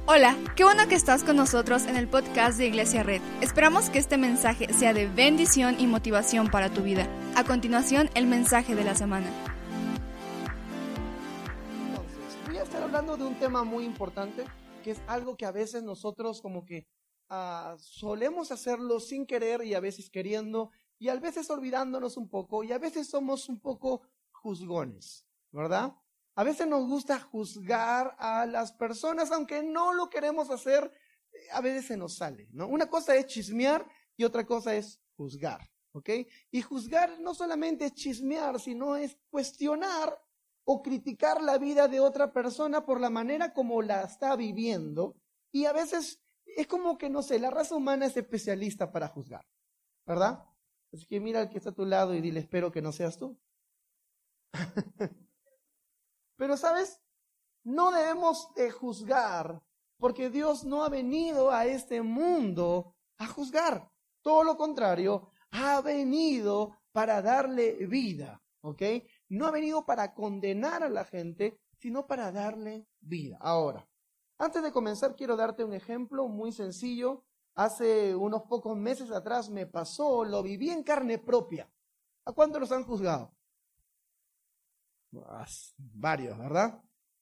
Hola, qué bueno que estás con nosotros en el podcast de Iglesia Red. Esperamos que este mensaje sea de bendición y motivación para tu vida. A continuación, el mensaje de la semana. Entonces, voy a estar hablando de un tema muy importante, que es algo que a veces nosotros como que solemos hacerlo sin querer y a veces queriendo, y a veces olvidándonos un poco, y a veces somos un poco juzgones, ¿verdad? A veces nos gusta juzgar a las personas, aunque no lo queremos hacer, a veces se nos sale, ¿no? Una cosa es chismear y otra cosa es juzgar, ¿ok? Y juzgar no solamente es chismear, sino es cuestionar o criticar la vida de otra persona por la manera como la está viviendo. Y a veces es como que, no sé, la raza humana es especialista para juzgar, ¿verdad? Así que mira al que está a tu lado y dile, espero que no seas tú. Pero, ¿sabes? No debemos juzgar, porque Dios no ha venido a este mundo a juzgar. Todo lo contrario, ha venido para darle vida, ¿ok? No ha venido para condenar a la gente, sino para darle vida. Ahora, antes de comenzar, quiero darte un ejemplo muy sencillo. Hace unos pocos meses atrás me pasó, lo viví en carne propia. ¿A cuántos los han juzgado? Varios, ¿verdad?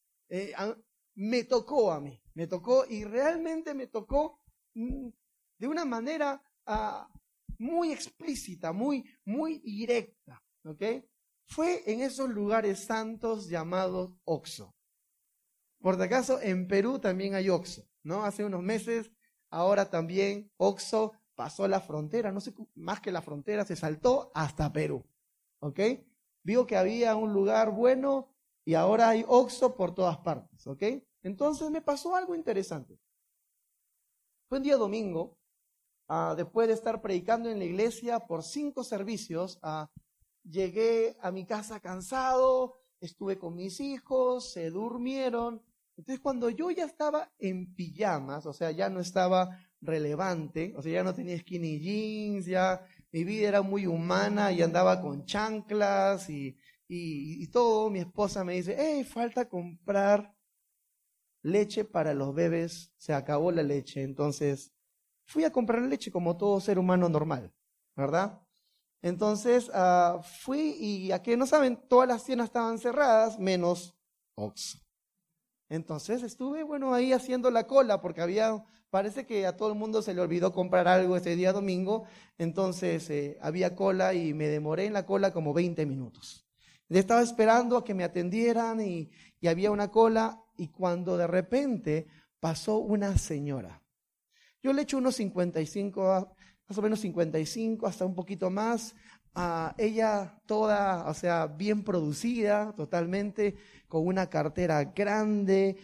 Me tocó a mí, y realmente me tocó de una manera muy explícita, muy directa, ¿ok? Fue en esos lugares santos llamados Oxxo. Por si acaso, en Perú también hay Oxxo, ¿no? Hace unos meses, ahora también Oxxo pasó la frontera, no sé, más que la frontera, se saltó hasta Perú, ¿ok? Vio que había un lugar bueno y ahora hay Oxxo por todas partes, ¿ok? Entonces me pasó algo interesante. Fue un día domingo, después de estar predicando en la iglesia por 5 servicios, llegué a mi casa cansado, estuve con mis hijos, se durmieron. Entonces cuando yo ya estaba en pijamas, o sea, ya no estaba relevante, o sea, ya no tenía skinny jeans, ya mi vida era muy humana y andaba con chanclas y todo. Mi esposa me dice, hey, falta comprar leche para los bebés, se acabó la leche. Entonces fui a comprar leche como todo ser humano normal, ¿verdad? Entonces fui y a que no saben, todas las tiendas estaban cerradas, menos Oxxo. Entonces estuve, ahí haciendo la cola porque parece que a todo el mundo se le olvidó comprar algo ese día domingo, entonces había cola y me demoré en la cola como 20 minutos. Estaba esperando a que me atendieran y había una cola y cuando de repente pasó una señora. Yo le echo unos 55, más o menos 55, hasta un poquito más. Ella toda, o sea, bien producida, totalmente, con una cartera grande,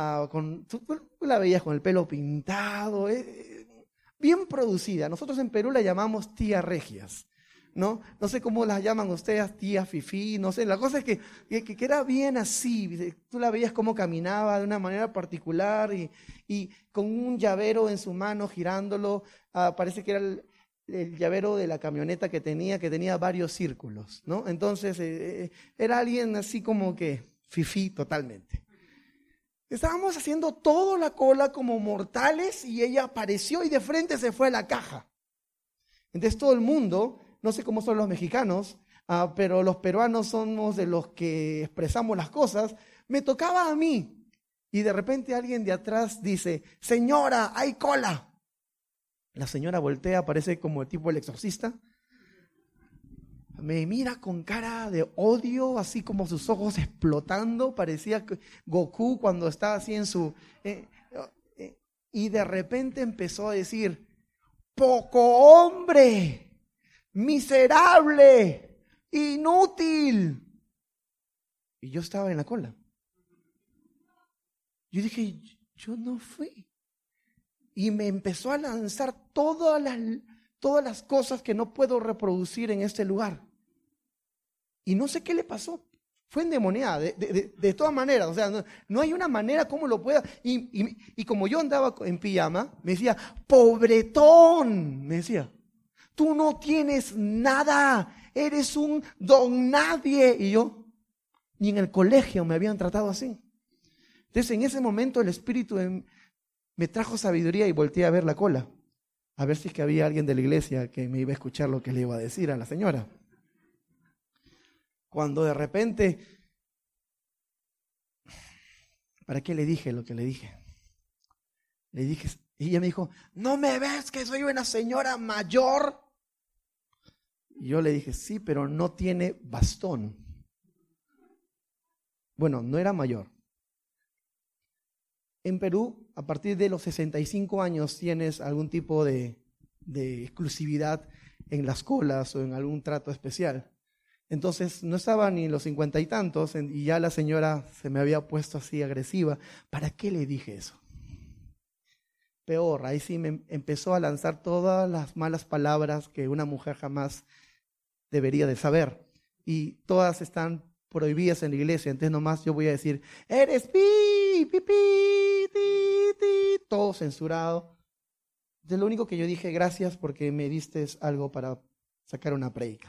tú la veías con el pelo pintado, bien producida. Nosotros en Perú la llamamos tía regias, ¿no? No sé cómo las llaman ustedes, tía fifí, no sé. La cosa es que era bien así, tú la veías cómo caminaba de una manera particular y con un llavero en su mano girándolo, parece que era el llavero de la camioneta que tenía varios círculos, ¿no? Entonces era alguien así como que fifí totalmente. Estábamos haciendo toda la cola como mortales y ella apareció y de frente se fue a la caja. Entonces todo el mundo, no sé cómo son los mexicanos, pero los peruanos somos de los que expresamos las cosas, me tocaba a mí y de repente alguien de atrás dice, señora, hay cola. La señora voltea, parece como el tipo del exorcista. Me mira con cara de odio, así como sus ojos explotando. Parecía Goku cuando estaba así en su... y de repente empezó a decir, poco hombre, miserable, inútil. Y yo estaba en la cola. Yo dije, yo no fui. Y me empezó a lanzar todas las cosas que no puedo reproducir en este lugar. Y no sé qué le pasó. Fue endemoniada, de todas maneras. O sea, no hay una manera como lo pueda. Y como yo andaba en pijama, me decía, pobretón, me decía, tú no tienes nada, eres un don nadie. Y yo, ni en el colegio me habían tratado así. Entonces en ese momento el Espíritu me trajo sabiduría y volteé a ver la cola, a ver si es que había alguien de la iglesia que me iba a escuchar lo que le iba a decir a la señora. Cuando de repente, ¿para qué le dije lo que le dije? Le dije, y ella me dijo, ¿no me ves que soy una señora mayor? Y yo le dije, sí, pero no tiene bastón. Bueno, no era mayor. En Perú, a partir de los 65 años tienes algún tipo de exclusividad en las colas o en algún trato especial. Entonces no estaba ni en los 50 y tantos y ya la señora se me había puesto así agresiva. ¿Para qué le dije eso? Peor, ahí sí me empezó a lanzar todas las malas palabras que una mujer jamás debería de saber. Y todas están prohibidas en la iglesia. Entonces nomás yo voy a decir, eres pi, pi, pi, ti, ti, todo censurado. Entonces lo único que yo dije, gracias porque me diste algo para sacar una prédica.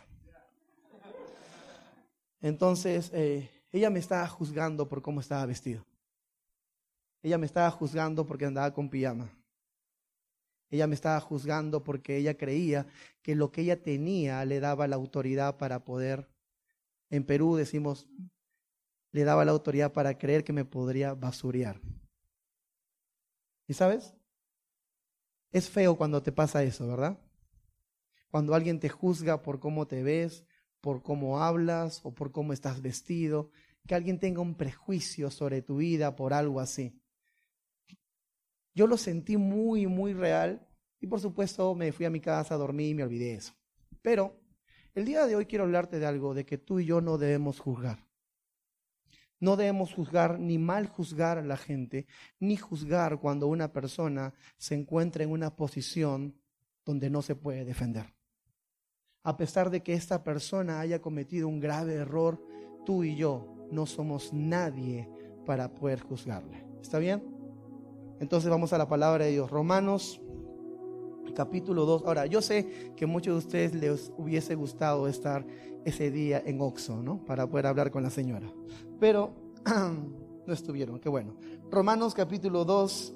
Entonces ella me estaba juzgando por cómo estaba vestido. Ella me estaba juzgando porque andaba con pijama. Ella me estaba juzgando porque ella creía que lo que ella tenía le daba la autoridad para poder, en Perú decimos, le daba la autoridad para creer que me podría basurear. ¿Y sabes? Es feo cuando te pasa eso, ¿verdad? Cuando alguien te juzga por cómo te ves, por cómo hablas o por cómo estás vestido, que alguien tenga un prejuicio sobre tu vida por algo así. Yo lo sentí muy, muy real y por supuesto me fui a mi casa, dormí y me olvidé de eso. Pero el día de hoy quiero hablarte de algo, de que tú y yo no debemos juzgar. No debemos juzgar ni mal juzgar a la gente, ni juzgar cuando una persona se encuentra en una posición donde no se puede defender. A pesar de que esta persona haya cometido un grave error, tú y yo no somos nadie para poder juzgarle. ¿Está bien? Entonces vamos a la palabra de Dios. Romanos, capítulo 2. Ahora, yo sé que muchos de ustedes les hubiese gustado estar ese día en Oxxo, ¿no? Para poder hablar con la señora. Pero no estuvieron, qué bueno. Romanos capítulo 2,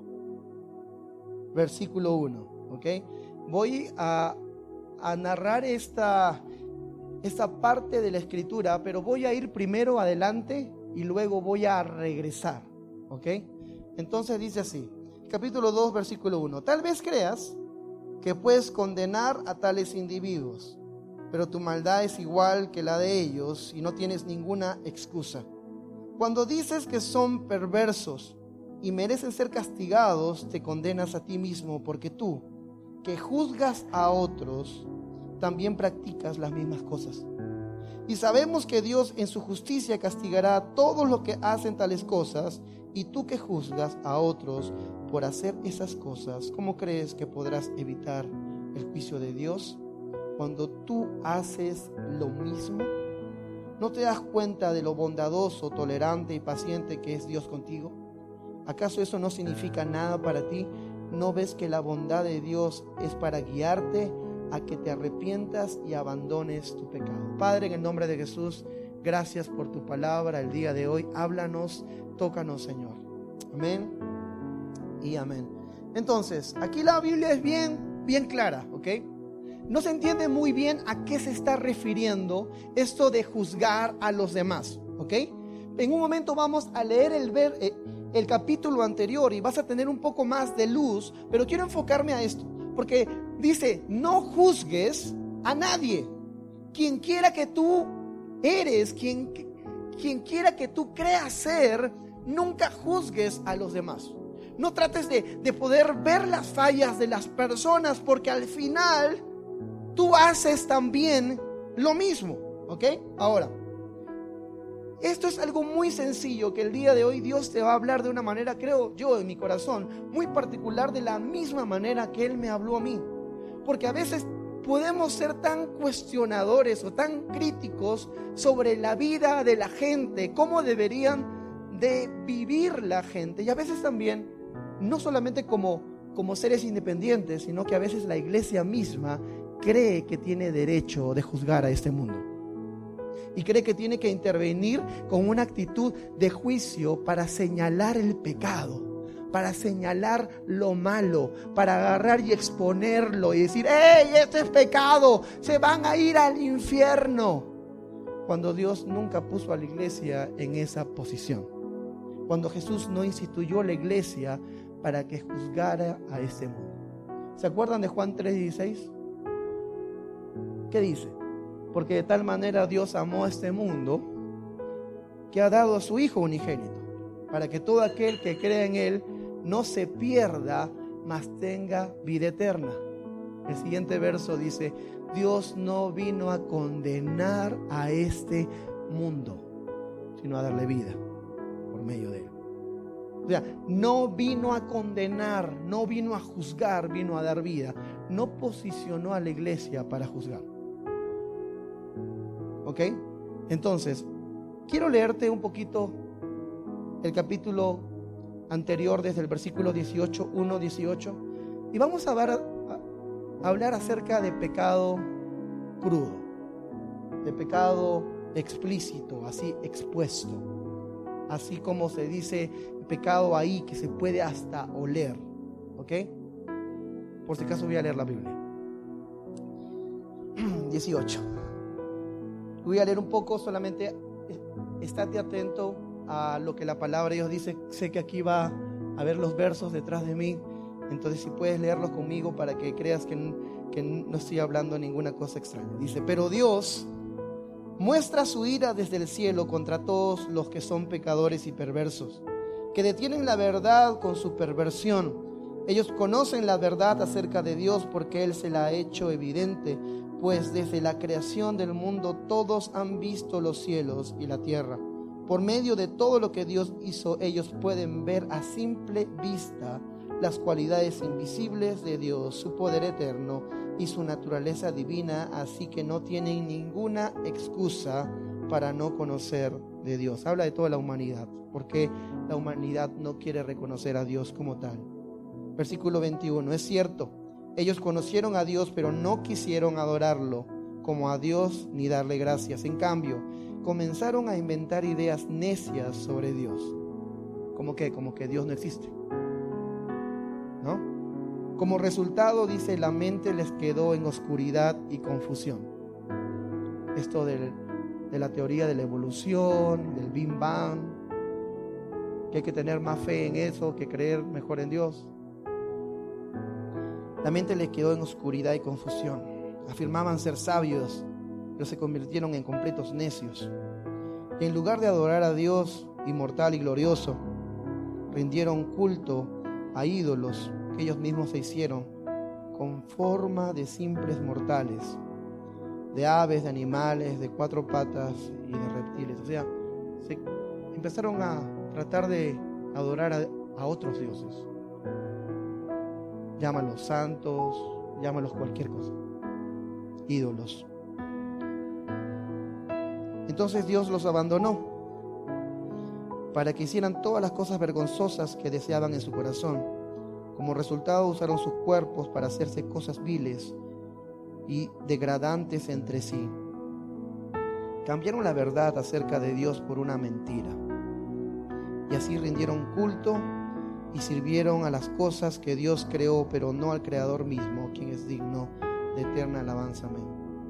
versículo 1, ¿ok? Voy a narrar esta parte de la escritura, pero voy a ir primero adelante y luego voy a regresar, ¿ok? Entonces dice así, capítulo 2, versículo 1. Tal vez creas que puedes condenar a tales individuos, pero tu maldad es igual que la de ellos y no tienes ninguna excusa. Cuando dices que son perversos y merecen ser castigados, te condenas a ti mismo, porque tú, que juzgas a otros, también practicas las mismas cosas. Y sabemos que Dios en su justicia castigará a todos los que hacen tales cosas, y tú que juzgas a otros por hacer esas cosas, ¿cómo crees que podrás evitar el juicio de Dios cuando tú haces lo mismo? ¿No te das cuenta de lo bondadoso, tolerante y paciente que es Dios contigo? ¿Acaso eso no significa nada para ti? ¿No ves que la bondad de Dios es para guiarte a que te arrepientas y abandones tu pecado? Padre, en el nombre de Jesús, gracias por tu palabra el día de hoy. Háblanos, tócanos, Señor. Amén y amén. Entonces, aquí la Biblia es bien clara, ¿ok? No se entiende muy bien a qué se está refiriendo esto de juzgar a los demás, ¿ok? En un momento vamos a leer el capítulo anterior y vas a tener un poco más de luz, pero quiero enfocarme a esto, porque dice, no juzgues a nadie. Quien quiera que tú eres, quien quiera que tú creas ser, nunca juzgues a los demás. No trates de poder ver las fallas de las personas, porque al final tú haces también lo mismo, ¿ok? Ahora, esto es algo muy sencillo que el día de hoy Dios te va a hablar de una manera, creo yo, en mi corazón, muy particular, de la misma manera que Él me habló a mí. Porque a veces podemos ser tan cuestionadores o tan críticos sobre la vida de la gente, cómo deberían de vivir la gente. Y a veces también, no solamente como seres independientes, sino que a veces la iglesia misma cree que tiene derecho de juzgar a este mundo. Y cree que tiene que intervenir con una actitud de juicio para señalar el pecado, para señalar lo malo, para agarrar y exponerlo y decir: ¡hey, esto es pecado! ¡Se van a ir al infierno! Cuando Dios nunca puso a la iglesia en esa posición. Cuando Jesús no instituyó la iglesia para que juzgara a este mundo. ¿Se acuerdan de Juan 3:16? ¿Qué dice? Porque de tal manera Dios amó a este mundo que ha dado a su Hijo unigénito, para que todo aquel que crea en Él no se pierda, mas tenga vida eterna. El siguiente verso dice: Dios no vino a condenar a este mundo, sino a darle vida por medio de Él. O sea, no vino a condenar, no vino a juzgar, vino a dar vida. No posicionó a la iglesia para juzgar. ¿Ok? Entonces, quiero leerte un poquito el capítulo anterior, desde el versículo 18, 1-18, y vamos a hablar acerca de pecado crudo, de pecado explícito, así expuesto, así como se dice, pecado ahí que se puede hasta oler. ¿Ok? Por si acaso voy a leer la Biblia. 18. Voy a leer un poco, solamente estate atento a lo que la palabra de Dios dice. Sé que aquí va a haber los versos detrás de mí, entonces si puedes leerlos conmigo para que creas que no estoy hablando ninguna cosa extraña. Dice: pero Dios muestra su ira desde el cielo contra todos los que son pecadores y perversos, que detienen la verdad con su perversión. Ellos conocen la verdad acerca de Dios porque Él se la ha hecho evidente, pues desde la creación del mundo todos han visto los cielos y la tierra. Por medio de todo lo que Dios hizo, ellos pueden ver a simple vista las cualidades invisibles de Dios, su poder eterno y su naturaleza divina, así que no tienen ninguna excusa para no conocer de Dios. Habla de toda la humanidad, porque la humanidad no quiere reconocer a Dios como tal. Versículo 21, es cierto, ellos conocieron a Dios, pero no quisieron adorarlo como a Dios ni darle gracias. En cambio, comenzaron a inventar ideas necias sobre Dios. ¿Cómo qué? Como que Dios no existe, ¿no? Como resultado, dice, la mente les quedó en oscuridad y confusión. Esto de la teoría de la evolución, del Big Bang, que hay que tener más fe en eso que creer mejor en Dios. La mente les quedó en oscuridad y confusión. Afirmaban ser sabios, pero se convirtieron en completos necios. Y en lugar de adorar a Dios inmortal y glorioso, rindieron culto a ídolos que ellos mismos se hicieron con forma de simples mortales, de aves, de animales, de cuatro patas y de reptiles. O sea, se empezaron a tratar de adorar a otros dioses. Llámalos santos, llámalos cualquier cosa, ídolos. Entonces Dios los abandonó para que hicieran todas las cosas vergonzosas que deseaban en su corazón. Como resultado, usaron sus cuerpos para hacerse cosas viles y degradantes entre sí. Cambiaron la verdad acerca de Dios por una mentira, y así rindieron culto y sirvieron a las cosas que Dios creó, pero no al Creador mismo, quien es digno de eterna alabanza. Amén.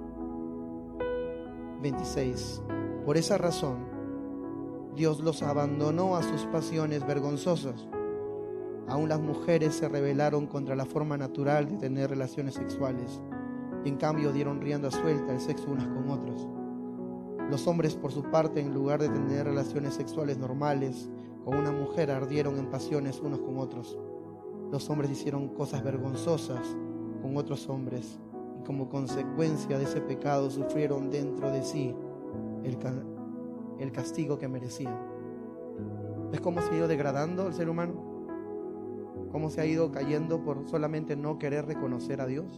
26. Por esa razón, Dios los abandonó a sus pasiones vergonzosas. Aún las mujeres se rebelaron contra la forma natural de tener relaciones sexuales, y en cambio dieron rienda suelta al sexo unas con otros. Los hombres, por su parte, en lugar de tener relaciones sexuales normales con una mujer, ardieron en pasiones unos con otros. Los hombres hicieron cosas vergonzosas con otros hombres, y como consecuencia de ese pecado sufrieron dentro de sí el castigo que merecían. ¿Ves cómo se ha ido degradando el ser humano? ¿Cómo se ha ido cayendo por solamente no querer reconocer a Dios?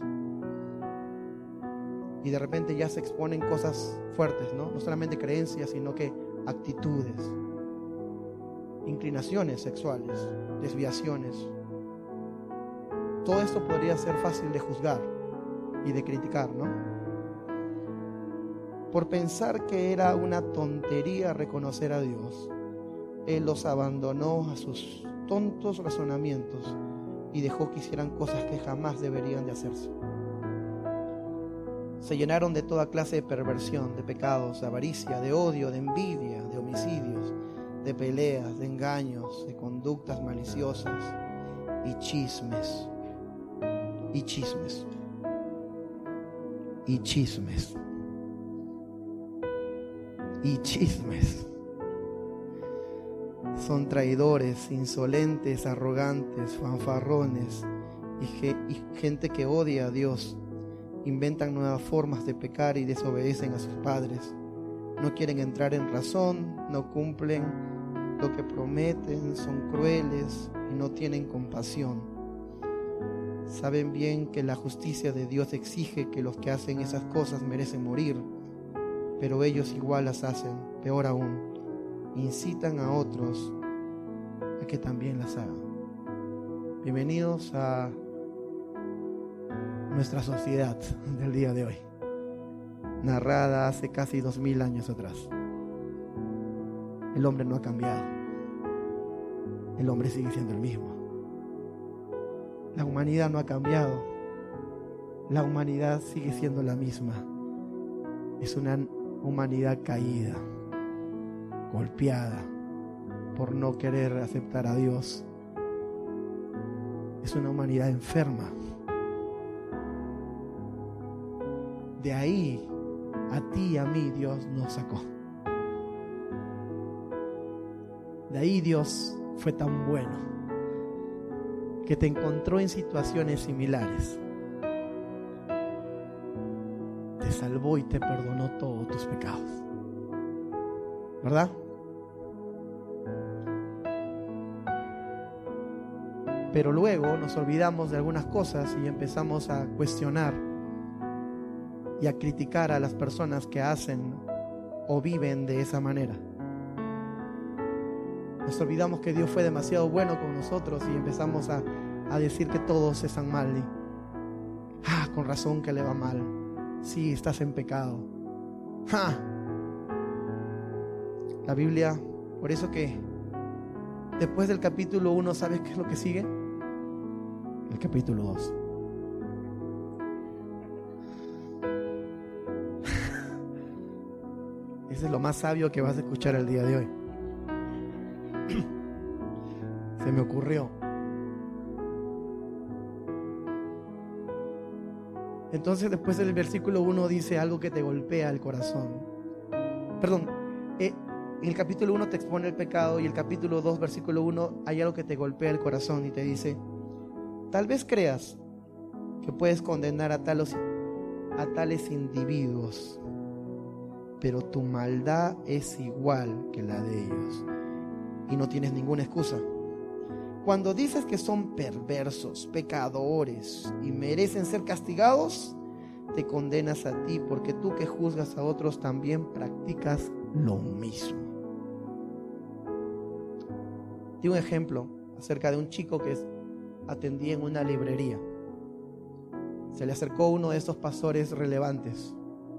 Y de repente ya se exponen cosas fuertes, ¿no? No solamente creencias, sino que actitudes, inclinaciones sexuales, desviaciones. Todo esto podría ser fácil de juzgar y de criticar, ¿no? Por pensar que era una tontería reconocer a Dios, Él los abandonó a sus tontos razonamientos y dejó que hicieran cosas que jamás deberían de hacerse. Se llenaron de toda clase de perversión, de pecados, de avaricia, de odio, de envidia, de homicidios, de peleas, de engaños, de conductas maliciosas y chismes. Y chismes. Y chismes. Y chismes. Son traidores, insolentes, arrogantes, fanfarrones y gente que odia a Dios. Inventan nuevas formas de pecar y desobedecen a sus padres. No quieren entrar en razón, no cumplen lo que prometen, son crueles y no tienen compasión. Saben bien que la justicia de Dios exige que los que hacen esas cosas merecen morir, pero ellos igual las hacen, peor aún, incitan a otros a que también las hagan. Bienvenidos a nuestra sociedad del día de hoy, narrada hace casi 2000 años atrás. El hombre no ha cambiado, el hombre sigue siendo el mismo. La humanidad no ha cambiado, la humanidad sigue siendo la misma. Es una humanidad caída, golpeada por no querer aceptar a Dios. Es una humanidad enferma. De ahí, a ti y a mí, Dios nos sacó. De ahí Dios fue tan bueno que te encontró en situaciones similares. Te salvó y te perdonó todos tus pecados. ¿Verdad? Pero luego nos olvidamos de algunas cosas y empezamos a cuestionar y a criticar a las personas que hacen o viven de esa manera. Nos olvidamos que Dios fue demasiado bueno con nosotros y empezamos a decir que todos están mal. Con razón que le va mal. Sí, estás en pecado. La Biblia, por eso que después del capítulo 1, ¿sabes qué es lo que sigue? El capítulo 2. Ese es lo más sabio que vas a escuchar el día de hoy. Se me ocurrió. Entonces después del versículo 1 dice algo que te golpea el corazón. Perdón, en el capítulo 1 te expone el pecado y el capítulo 2, versículo 1, hay algo que te golpea el corazón y te dice: tal vez creas que puedes condenar a tales individuos, pero tu maldad es igual que la de ellos y no tienes ninguna excusa. Cuando dices que son perversos, pecadores y merecen ser castigados, te condenas a ti, porque tú que juzgas a otros también practicas lo mismo. Di un ejemplo acerca de un chico que atendía en una librería. Se le acercó uno de estos pastores relevantes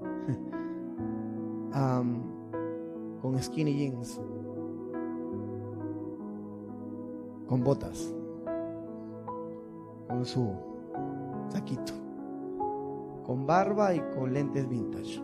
con skinny jeans, con botas, con su saquito, con barba y con lentes vintage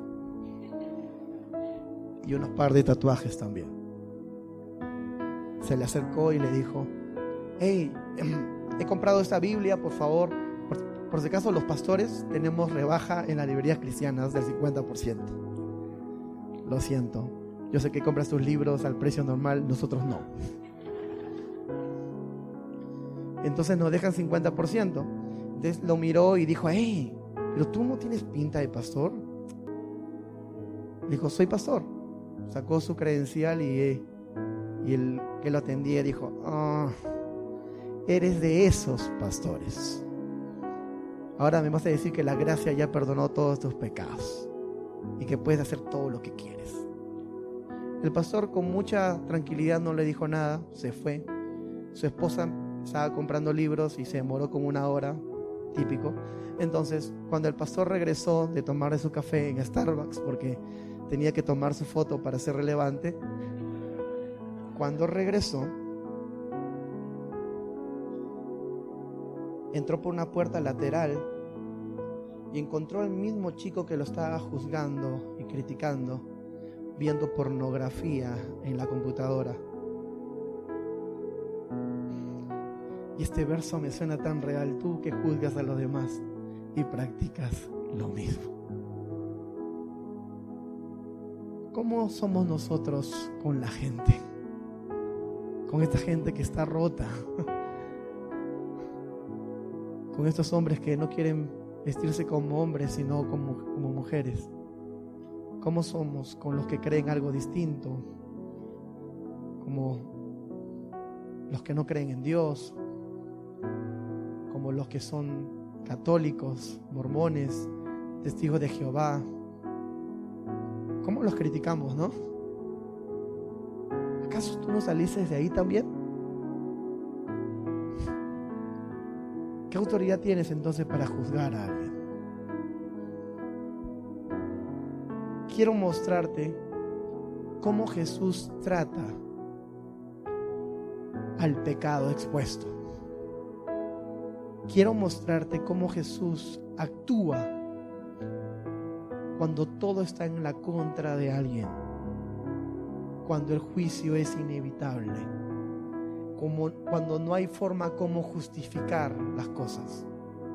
y unos par de tatuajes también. Se le acercó y le dijo: hey, he comprado esta Biblia, por favor, por si acaso los pastores tenemos rebaja en las librerías cristianas del 50%. Lo siento, yo sé que compras tus libros al precio normal, nosotros no. Entonces nos dejan 50%. Entonces lo miró y dijo: hey, pero tú no tienes pinta de pastor. Le dijo: soy pastor. Sacó su credencial y el que lo atendía dijo: eres de esos pastores. Ahora me vas a decir que la gracia ya perdonó todos tus pecados y que puedes hacer todo lo que quieres. El pastor, con mucha tranquilidad, no le dijo nada, se fue. Su esposa estaba comprando libros y se demoró como 1 hora, típico. Entonces, cuando el pastor regresó de tomar su café en Starbucks, porque tenía que tomar su foto para ser relevante, cuando regresó, entró por una puerta lateral y encontró al mismo chico que lo estaba juzgando y criticando, viendo pornografía en la computadora. Y este verso me suena tan real: tú que juzgas a los demás y practicas lo mismo. ¿Cómo somos nosotros con la gente? Con esta gente que está rota, con estos hombres que no quieren vestirse como hombres sino como mujeres. ¿Cómo somos con los que creen algo distinto? Como los que no creen en Dios, como los que son católicos, mormones, testigos de Jehová. ¿Cómo los criticamos, no? ¿Acaso tú no saliste de ahí también? ¿Qué autoridad tienes entonces para juzgar a alguien? Quiero mostrarte cómo Jesús trata al pecado expuesto. Quiero mostrarte cómo Jesús actúa cuando todo está en la contra de alguien, cuando el juicio es inevitable, como cuando no hay forma como justificar las cosas.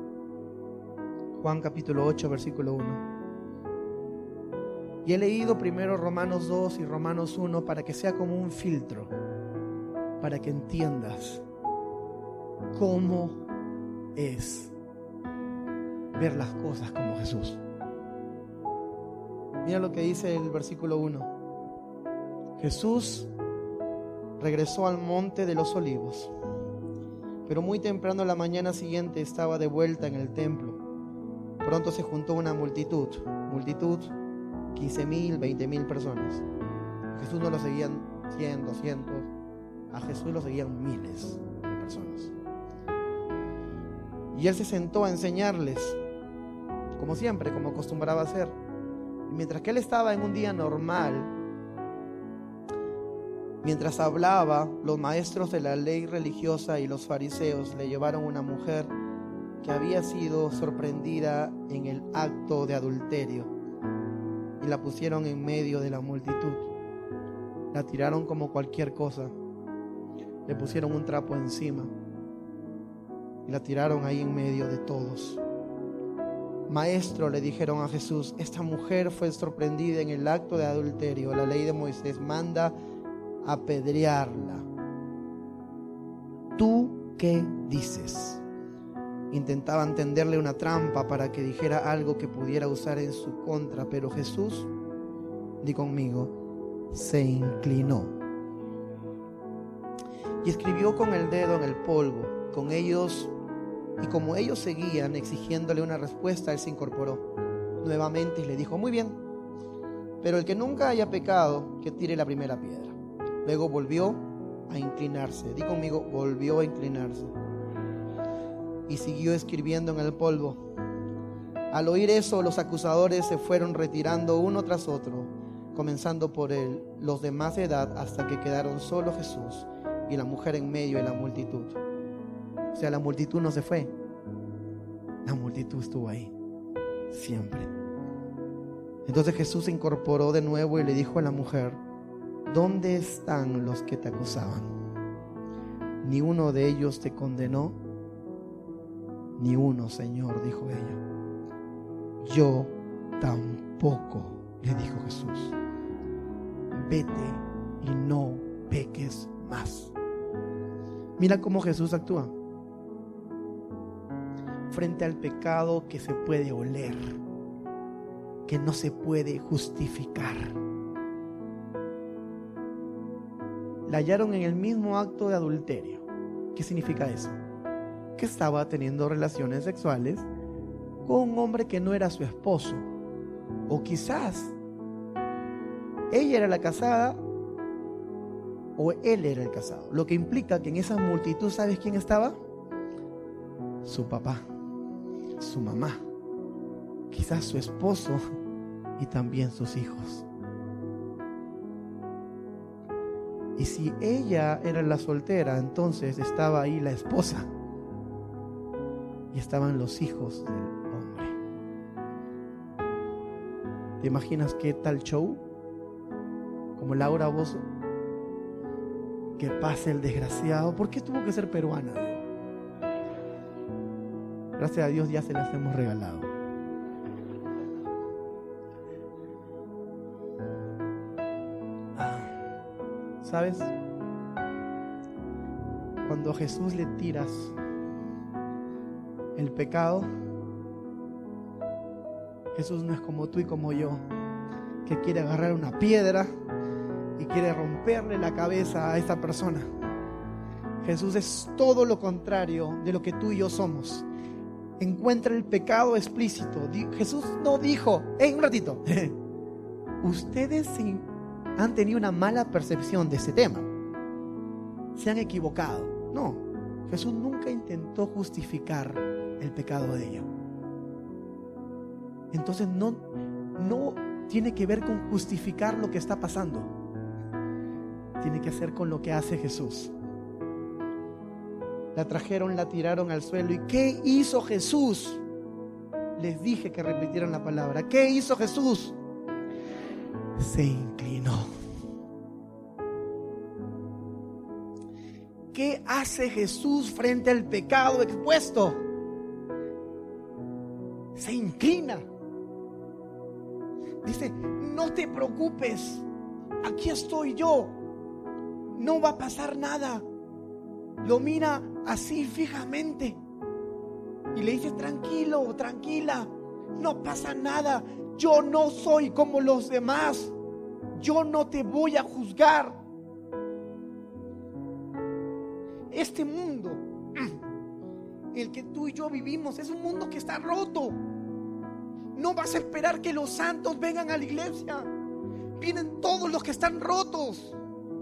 Juan capítulo 8, versículo 1. Y he leído primero Romanos 2 y Romanos 1 para que sea como un filtro, para que entiendas cómo es ver las cosas como Jesús. Mira lo que dice el versículo 1. Jesús regresó al monte de los olivos, pero muy temprano la mañana siguiente estaba de vuelta en el templo. Pronto se juntó una multitud, 15,000, 20,000 personas. A Jesús no lo seguían 100, 200, a Jesús lo seguían miles de personas. Y él se sentó a enseñarles, como siempre, como acostumbraba a hacer. Y mientras que él estaba en un día normal, mientras hablaba, los maestros de la ley religiosa y los fariseos le llevaron una mujer que había sido sorprendida en el acto de adulterio y la pusieron en medio de la multitud. La tiraron como cualquier cosa, le pusieron un trapo encima y la tiraron ahí en medio de todos. Maestro, le dijeron a Jesús, esta mujer fue sorprendida en el acto de adulterio. La ley de Moisés manda apedrearla. ¿Tú qué dices? Intentaban tenderle una trampa para que dijera algo que pudiera usar en su contra, pero Jesús, di conmigo, se inclinó y escribió con el dedo en el polvo. Con ellos, y como ellos seguían exigiéndole una respuesta, él se incorporó nuevamente y le dijo, muy bien, pero el que nunca haya pecado, que tire la primera piedra. Luego volvió a inclinarse. Di conmigo, volvió a inclinarse. Y siguió escribiendo en el polvo. Al oír eso, los acusadores se fueron retirando uno tras otro, comenzando por los de más edad, hasta que quedaron solo Jesús y la mujer en medio de la multitud. O sea, la multitud no se fue. La multitud estuvo ahí, siempre. Entonces Jesús se incorporó de nuevo y le dijo a la mujer, ¿dónde están los que te acusaban? ¿Ni uno de ellos te condenó? Ni uno, Señor, dijo ella. Yo tampoco, le dijo Jesús. Vete y no peques más. Mira cómo Jesús actúa frente al pecado que se puede oler, que no se puede justificar. La hallaron en el mismo acto de adulterio. ¿Qué significa eso? Que estaba teniendo relaciones sexuales con un hombre que no era su esposo. O quizás ella era la casada o él era el casado. Lo que implica que en esa multitud, ¿sabes quién estaba? Su papá, su mamá, quizás su esposo y también sus hijos. Y si ella era la soltera, entonces estaba ahí la esposa. y estaban los hijos del hombre. ¿Te imaginas qué tal show? Como Laura Bozzo. Que pase el desgraciado. ¿Por qué tuvo que ser peruana? Gracias a Dios ya se las hemos regalado. ¿Sabes? Cuando a Jesús le tiras el pecado, Jesús no es como tú y como yo, que quiere agarrar una piedra y quiere romperle la cabeza a esa persona. Jesús es todo lo contrario de lo que tú y yo somos. Encuentra el pecado explícito. Jesús no dijo, un ratito, ustedes han tenido una mala percepción de ese tema, se han equivocado. No, Jesús nunca intentó justificar el pecado de ellos. Entonces no tiene que ver con justificar lo que está pasando, tiene que hacer con lo que hace Jesús. La trajeron, la tiraron al suelo. ¿Y qué hizo Jesús? Les dije que repitieran la palabra. ¿Qué hizo Jesús? Se inclinó. ¿Qué hace Jesús frente al pecado expuesto? Se inclina. Dice, no te preocupes, aquí estoy yo, no va a pasar nada. Lo mira así fijamente y le dice, tranquilo, tranquila, no pasa nada, yo no soy como los demás, yo no te voy a juzgar. Este mundo, el que tú y yo vivimos, es un mundo que está roto. No vas a esperar que los santos vengan a la iglesia, vienen todos los que están rotos.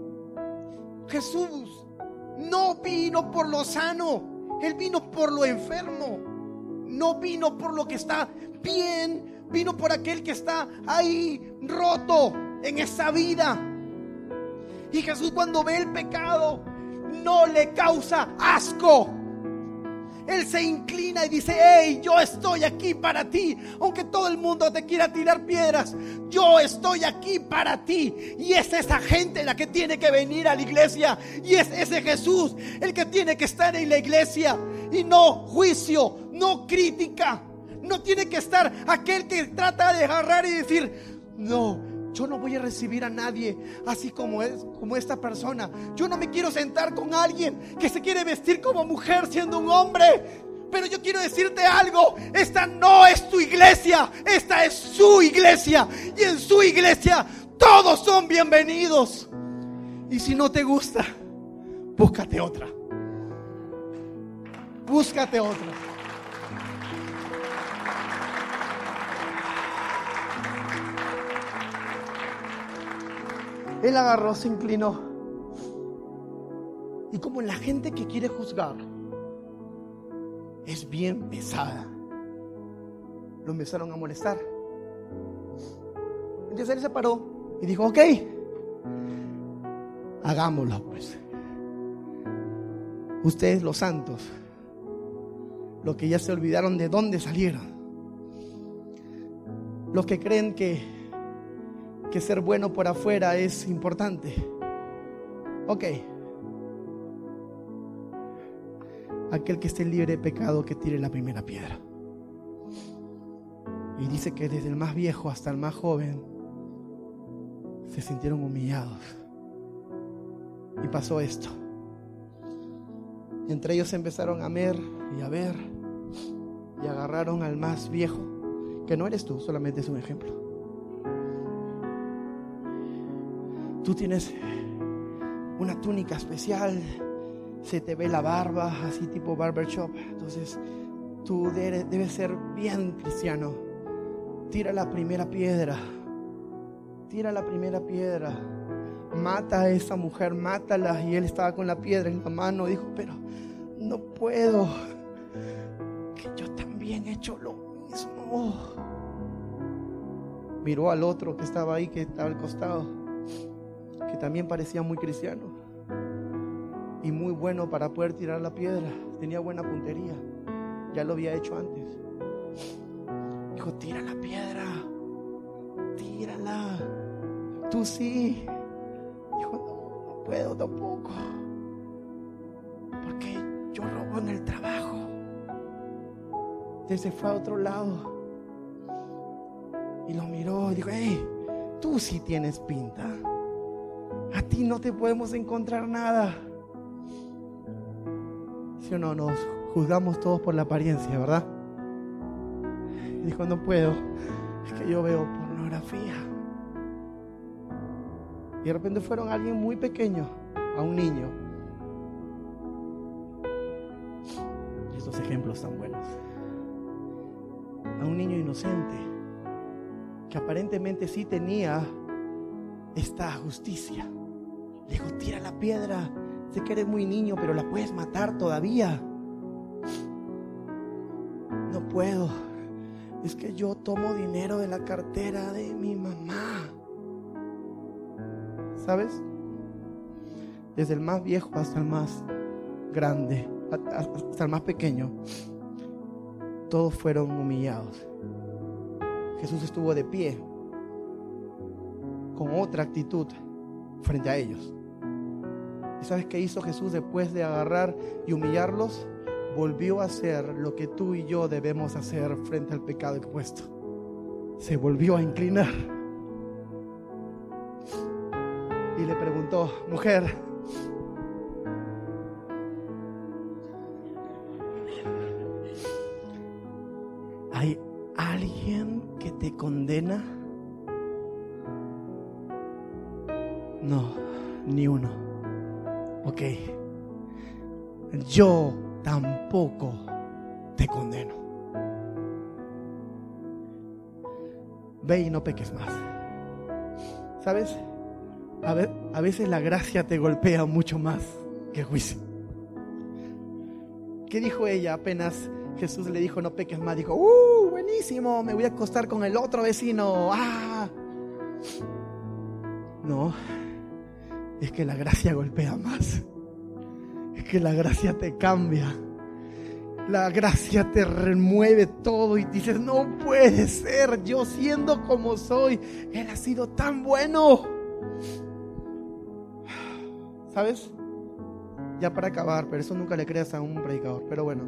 Jesús no vino por lo sano, Él vino por lo enfermo. No vino por lo que está bien, vino por aquel que está ahí roto en esa vida. Y Jesús, cuando ve el pecado, no le causa asco. Él se inclina y dice, hey, yo estoy aquí para ti. Aunque todo el mundo te quiera tirar piedras, yo estoy aquí para ti. Y es esa gente la que tiene que venir a la iglesia. Y es ese Jesús el que tiene que estar en la iglesia. Y no juicio, no crítica. No tiene que estar aquel que trata de agarrar y decir, no, yo no voy a recibir a nadie así como esta persona. Yo no me quiero sentar con alguien que se quiere vestir como mujer siendo un hombre. Pero yo quiero decirte algo, esta no es tu iglesia, esta es su iglesia. Y en su iglesia todos son bienvenidos. Y si no te gusta, búscate otra. Búscate otra. Él agarró, se inclinó. Y como la gente que quiere juzgar es bien pesada, lo empezaron a molestar. Entonces él se paró y dijo, ok, hagámoslo pues. Ustedes los santos, los que ya se olvidaron de dónde salieron, los que creen que ser bueno por afuera es importante. Ok. Aquel que esté libre de pecado, que tire la primera piedra. Y dice que desde el más viejo hasta el más joven se sintieron humillados. Y pasó esto. Entre ellos empezaron a ver y a ver, y agarraron al más viejo, que no eres tú, solamente es un ejemplo. Tú tienes una túnica especial, se te ve la barba, así tipo barbershop. Entonces tú debes ser bien cristiano. Tira la primera piedra. Tira la primera piedra. Mata a esa mujer, mátala. Y él estaba con la piedra en la mano. Dijo, pero no puedo, que yo también he hecho lo mismo. Miró al otro que estaba ahí, que estaba al costado, que también parecía muy cristiano y muy bueno para poder tirar la piedra, tenía buena puntería. ya lo había hecho antes. Dijo, tira la piedra, tírala. Tú sí. Dijo, no puedo tampoco, porque yo robo en el trabajo. Entonces se fue a otro lado y lo miró y dijo, hey, tú sí tienes pinta. A ti no te podemos encontrar nada. ¿Sí o no? Nos juzgamos todos por la apariencia, ¿verdad? Y dijo, no puedo, es que yo veo pornografía. Y de repente fueron a alguien muy pequeño, a un niño. Estos ejemplos tan buenos. A un niño inocente, que aparentemente sí tenía esta justicia. Le dijo, tira la piedra. Sé que eres muy niño, pero la puedes matar todavía. No puedo. Es que yo tomo dinero de la cartera de mi mamá. ¿Sabes? Desde el más viejo hasta el más grande, hasta el más pequeño, todos fueron humillados. Jesús estuvo de pie, con otra actitud frente a ellos. ¿Y sabes qué hizo Jesús después de agarrar y humillarlos? Volvió a hacer lo que tú y yo debemos hacer frente al pecado expuesto. Se volvió a inclinar y le preguntó, mujer, ¿hay alguien que te condena? No, ni uno. Ok, yo tampoco te condeno. Ve y no peques más. ¿Sabes? A veces la gracia te golpea mucho más que el juicio. ¿Qué dijo ella apenas Jesús le dijo no peques más? Dijo, buenísimo, me voy a acostar con el otro vecino. No, es que la gracia golpea más. Es que la gracia te cambia. La gracia te remueve todo y dices, no puede ser, yo siendo como soy, Él ha sido tan bueno. ¿Sabes? Ya para acabar, pero eso nunca le creas a un predicador, pero bueno.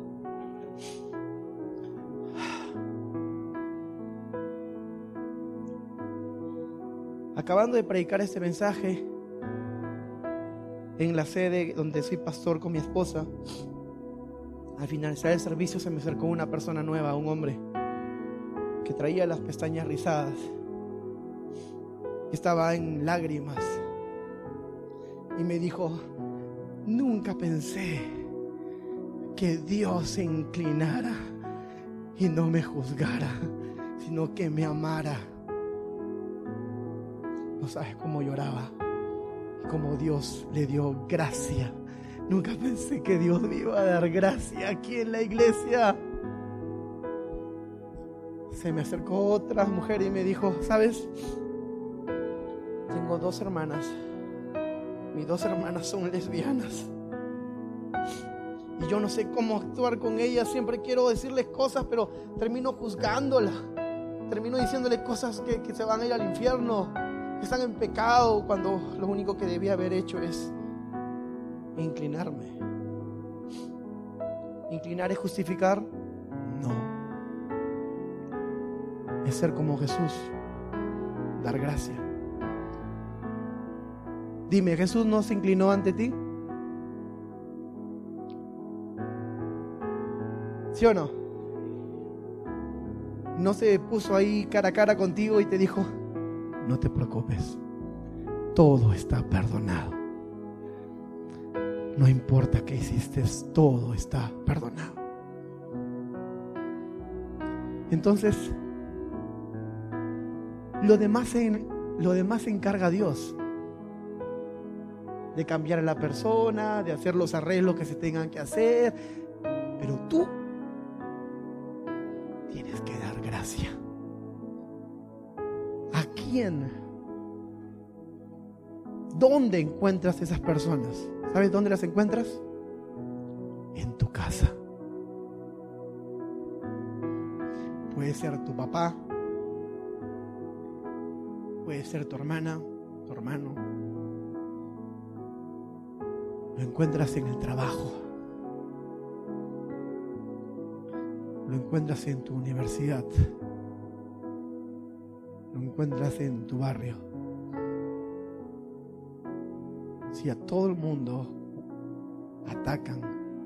Acabando de predicar este mensaje en la sede donde soy pastor con mi esposa, al finalizar el servicio se me acercó una persona nueva, un hombre que traía las pestañas rizadas, estaba en lágrimas y me dijo, nunca pensé que Dios se inclinara y no me juzgara, sino que me amara. No sabes cómo lloraba, cómo Dios le dio gracia. Nunca pensé que Dios me iba a dar gracia aquí en la iglesia. Se me acercó otra mujer y me dijo, ¿sabes? Tengo 2 hermanas. Mis 2 hermanas son lesbianas. Y yo no sé cómo actuar con ellas. Siempre quiero decirles cosas, pero termino juzgándolas. Termino diciéndoles cosas que se van a ir al infierno, que están en pecado, cuando lo único que debía haber hecho es inclinarme. ¿Inclinar es justificar? No. Es ser como Jesús, dar gracia. Dime, ¿Jesús no se inclinó ante ti? ¿Sí o no? ¿No se puso ahí cara a cara contigo y te dijo, no te preocupes, todo está perdonado? No importa qué hiciste, todo está perdonado. Entonces, lo demás se encarga Dios. De cambiar a la persona, de hacer los arreglos que se tengan que hacer. Pero tú tienes que dar gracia. ¿A quién? ¿Dónde encuentras esas personas? ¿Sabes dónde las encuentras? En tu casa. Puede ser tu papá, puede ser tu hermana, tu hermano. Lo encuentras en el trabajo, lo encuentras en tu universidad, lo encuentras en tu barrio. Si a todo el mundo atacan,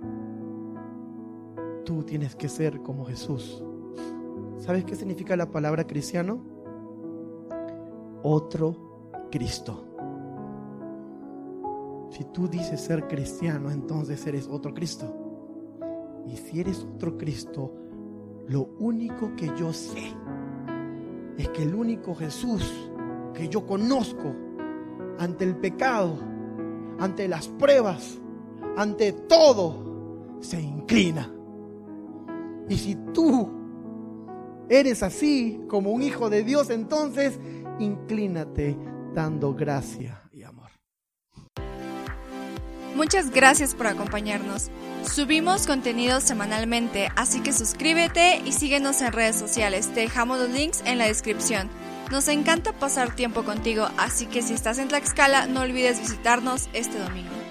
tú tienes que ser como Jesús. ¿Sabes qué significa la palabra cristiano? Otro Cristo. Si tú dices ser cristiano, entonces eres otro Cristo. Y si eres otro Cristo, lo único que yo sé es que el único Jesús que yo conozco ante el pecado, ante las pruebas, ante todo, se inclina. Y si tú eres así como un hijo de Dios, entonces inclínate dando gracia y amor. Muchas gracias por acompañarnos. Subimos contenido semanalmente, así que suscríbete y síguenos en redes sociales. Te dejamos los links en la descripción. Nos encanta pasar tiempo contigo, así que si estás en Tlaxcala, no olvides visitarnos este domingo.